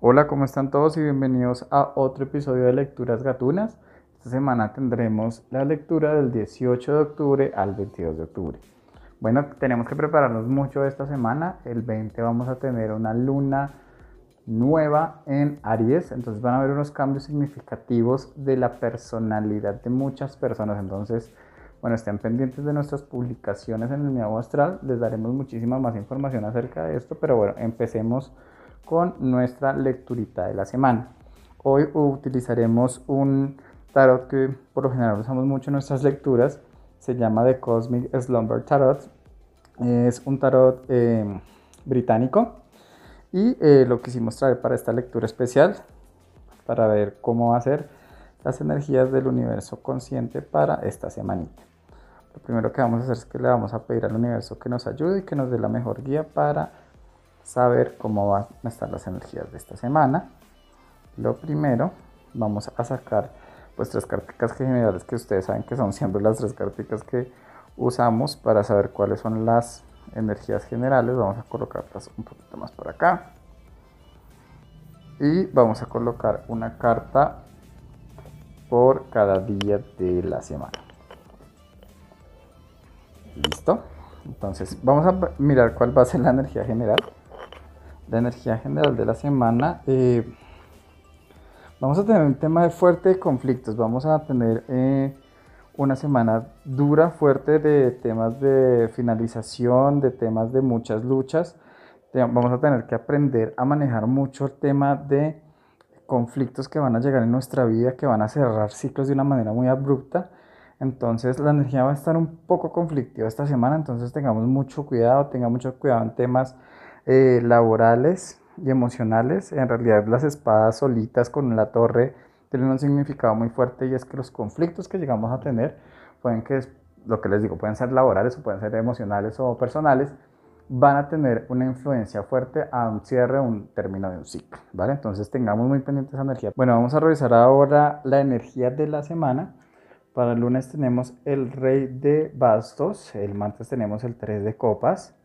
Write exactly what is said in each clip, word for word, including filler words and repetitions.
Hola, ¿cómo están todos? Y bienvenidos a otro episodio de Lecturas Gatunas. Esta semana tendremos la lectura del dieciocho de octubre al veintidós de octubre. Bueno, tenemos que prepararnos mucho esta semana. El veinte vamos a tener una luna nueva en Aries, entonces van a haber unos cambios significativos de la personalidad de muchas personas. Entonces, bueno, estén pendientes de nuestras publicaciones en el Miau Astral, les daremos muchísima más información acerca de esto, pero bueno, empecemos con nuestra lecturita de la semana. Hoy utilizaremos un tarot que por lo general usamos mucho en nuestras lecturas, se llama The Cosmic Slumber Tarot. Es un tarot eh, británico y eh, lo quisimos traer para esta lectura especial para ver cómo va a ser las energías del universo consciente para esta semanita. Lo primero que vamos a hacer es que le vamos a pedir al universo que nos ayude y que nos dé la mejor guía para saber cómo van a estar las energías de esta semana. Lo primero, vamos a sacar pues tres carticas generales que ustedes saben que son siempre las tres carticas que usamos para saber cuáles son las energías generales. Vamos a colocarlas un poquito más por acá y vamos a colocar una carta por cada día de la semana. Listo. Entonces vamos a mirar cuál va a ser la energía general. La energía general de la semana, eh, vamos a tener un tema de fuerte de conflictos. Vamos a tener eh, una semana dura, fuerte de temas de finalización, de temas de muchas luchas. Vamos a tener que aprender a manejar mucho el tema de conflictos que van a llegar en nuestra vida, que van a cerrar ciclos de una manera muy abrupta. Entonces la energía va a estar un poco conflictiva esta semana, entonces tengamos mucho cuidado, tengamos mucho cuidado en temas eh, laborales y emocionales. En realidad las espadas solitas con la torre tienen un significado muy fuerte, y es que los conflictos que llegamos a tener pueden que, lo que les digo, pueden ser laborales o pueden ser emocionales o personales, van a tener una influencia fuerte a un cierre, un término de un ciclo, ¿vale? Entonces tengamos muy pendiente esa energía. Bueno, vamos a revisar ahora la energía de la semana. Para el lunes tenemos el rey de bastos, el martes tenemos el tres de copas,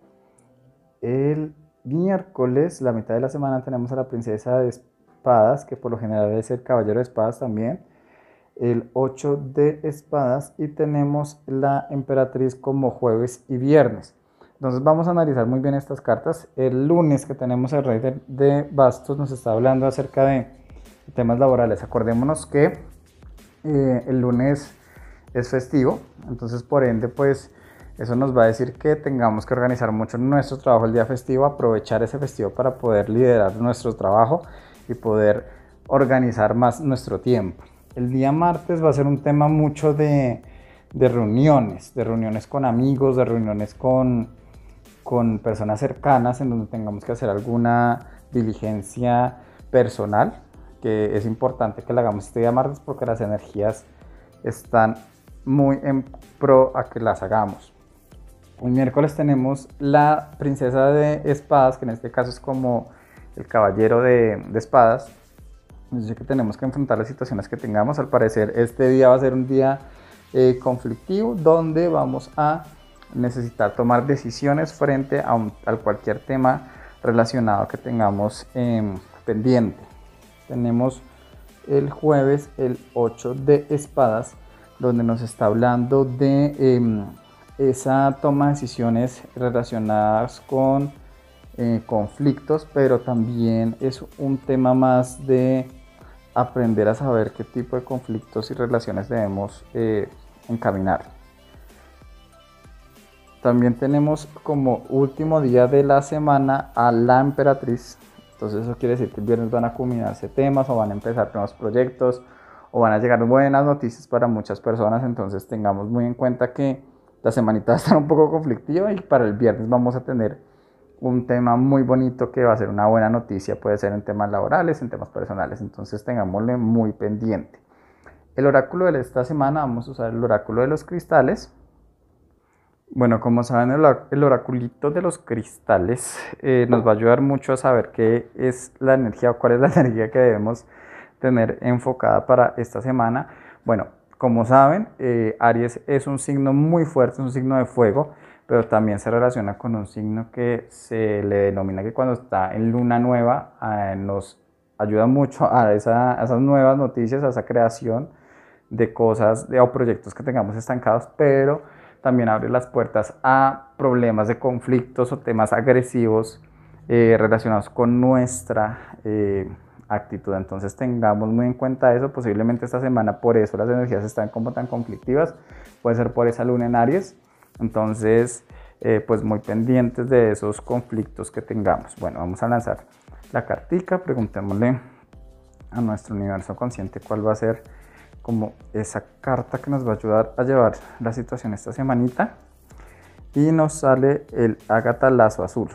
el miércoles, la mitad de la semana, tenemos a la princesa de espadas, que por lo general es el caballero de espadas también, el ocho de espadas, y tenemos la emperatriz como jueves y viernes. Entonces vamos a analizar muy bien estas cartas. El lunes, que tenemos el rey de, de bastos, nos está hablando acerca de temas laborales. Acordémonos que eh, el lunes es festivo, entonces por ende pues eso nos va a decir que tengamos que organizar mucho nuestro trabajo el día festivo, aprovechar ese festivo para poder liderar nuestro trabajo y poder organizar más nuestro tiempo. El día martes va a ser un tema mucho de, de reuniones, de reuniones con amigos, de reuniones con, con personas cercanas, en donde tengamos que hacer alguna diligencia personal, que es importante que la hagamos este día martes porque las energías están muy en pro a que las hagamos. El miércoles tenemos la princesa de espadas, que en este caso es como el caballero de, de espadas. Dice que tenemos que enfrentar las situaciones que tengamos. Al parecer este día va a ser un día eh, conflictivo, donde vamos a necesitar tomar decisiones frente a, un, a cualquier tema relacionado que tengamos eh, pendiente. Tenemos el jueves el ocho de espadas, donde nos está hablando de eh, esa toma de decisiones relacionadas con eh, conflictos, pero también es un tema más de aprender a saber qué tipo de conflictos y relaciones debemos eh, encaminar. También tenemos como último día de la semana a la emperatriz. Entonces eso quiere decir que el viernes van a culminarse temas o van a empezar nuevos proyectos o van a llegar buenas noticias para muchas personas. Entonces tengamos muy en cuenta que la semanita va a estar un poco conflictiva, y para el viernes vamos a tener un tema muy bonito que va a ser una buena noticia. Puede ser en temas laborales, en temas personales, entonces tengámosle muy pendiente. El oráculo de esta semana, vamos a usar el oráculo de los cristales. Bueno, como saben, el, el oraculito de los cristales eh, nos va a ayudar mucho a saber qué es la energía o cuál es la energía que debemos tener enfocada para esta semana. Bueno, como saben, eh, Aries es un signo muy fuerte, es un signo de fuego. pero también se relaciona con un signo que se le denomina que cuando está en luna nueva eh, nos ayuda mucho a, esa, a esas nuevas noticias, a esa creación de cosas de, o proyectos que tengamos estancados, pero también abre las puertas a problemas de conflictos o temas agresivos eh, relacionados con nuestra eh, actitud. Entonces tengamos muy en cuenta eso. Posiblemente esta semana por eso las energías están como tan conflictivas, puede ser por esa luna en Aries. Entonces eh, pues muy pendientes de esos conflictos que tengamos. Bueno, vamos a lanzar la cartica, preguntémosle a nuestro universo consciente cuál va a ser como esa carta que nos va a ayudar a llevar la situación esta semanita. Y nos sale el Ágata Lazo Azul.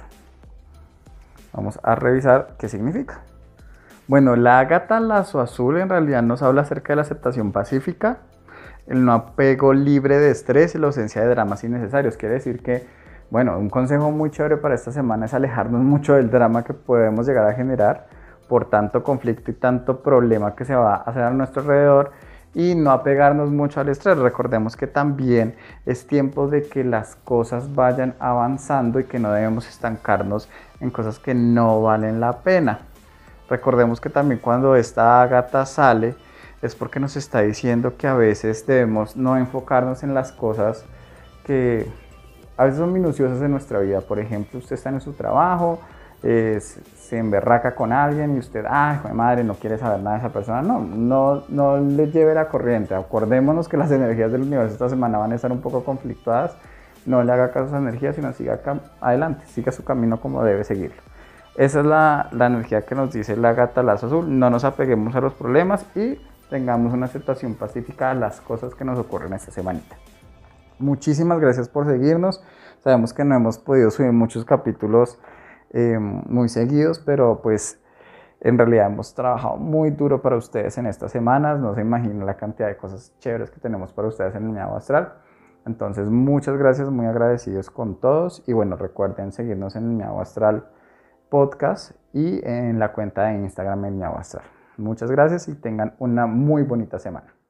Vamos a revisar qué significa. Bueno, la Ágata Lazo Azul en realidad nos habla acerca de la aceptación pacífica, el no apego libre de estrés y la ausencia de dramas innecesarios. Quiere decir que, bueno, un consejo muy chévere para esta semana es alejarnos mucho del drama que podemos llegar a generar por tanto conflicto y tanto problema que se va a hacer a nuestro alrededor, y no apegarnos mucho al estrés. Recordemos que también es tiempo de que las cosas vayan avanzando y que no debemos estancarnos en cosas que no valen la pena. Recordemos que también cuando esta Ágata sale es porque nos está diciendo que a veces debemos no enfocarnos en las cosas que a veces son minuciosas en nuestra vida. Por ejemplo, usted está en su trabajo, Eh, se emberraca con alguien y usted, ay, joder, madre, no quiere saber nada de esa persona. No, no, no le lleve la corriente. Acordémonos que las energías del universo esta semana van a estar un poco conflictuadas. No le haga caso a esa energía, sino siga adelante, siga su camino como debe seguirlo. Esa es la, la energía que nos dice la Ágata Lazo Azul. No nos apeguemos a los problemas y tengamos una aceptación pacífica a las cosas que nos ocurren esta semanita. Muchísimas gracias por seguirnos. Sabemos que no hemos podido subir muchos capítulos Eh, muy seguidos, pero pues en realidad hemos trabajado muy duro para ustedes en estas semanas. No se imaginan la cantidad de cosas chéveres que tenemos para ustedes en el Miavo Astral. Entonces muchas gracias, muy agradecidos con todos, y bueno, recuerden seguirnos en el Miavo Astral podcast y en la cuenta de Instagram el Miavo Astral. Muchas gracias y tengan una muy bonita semana.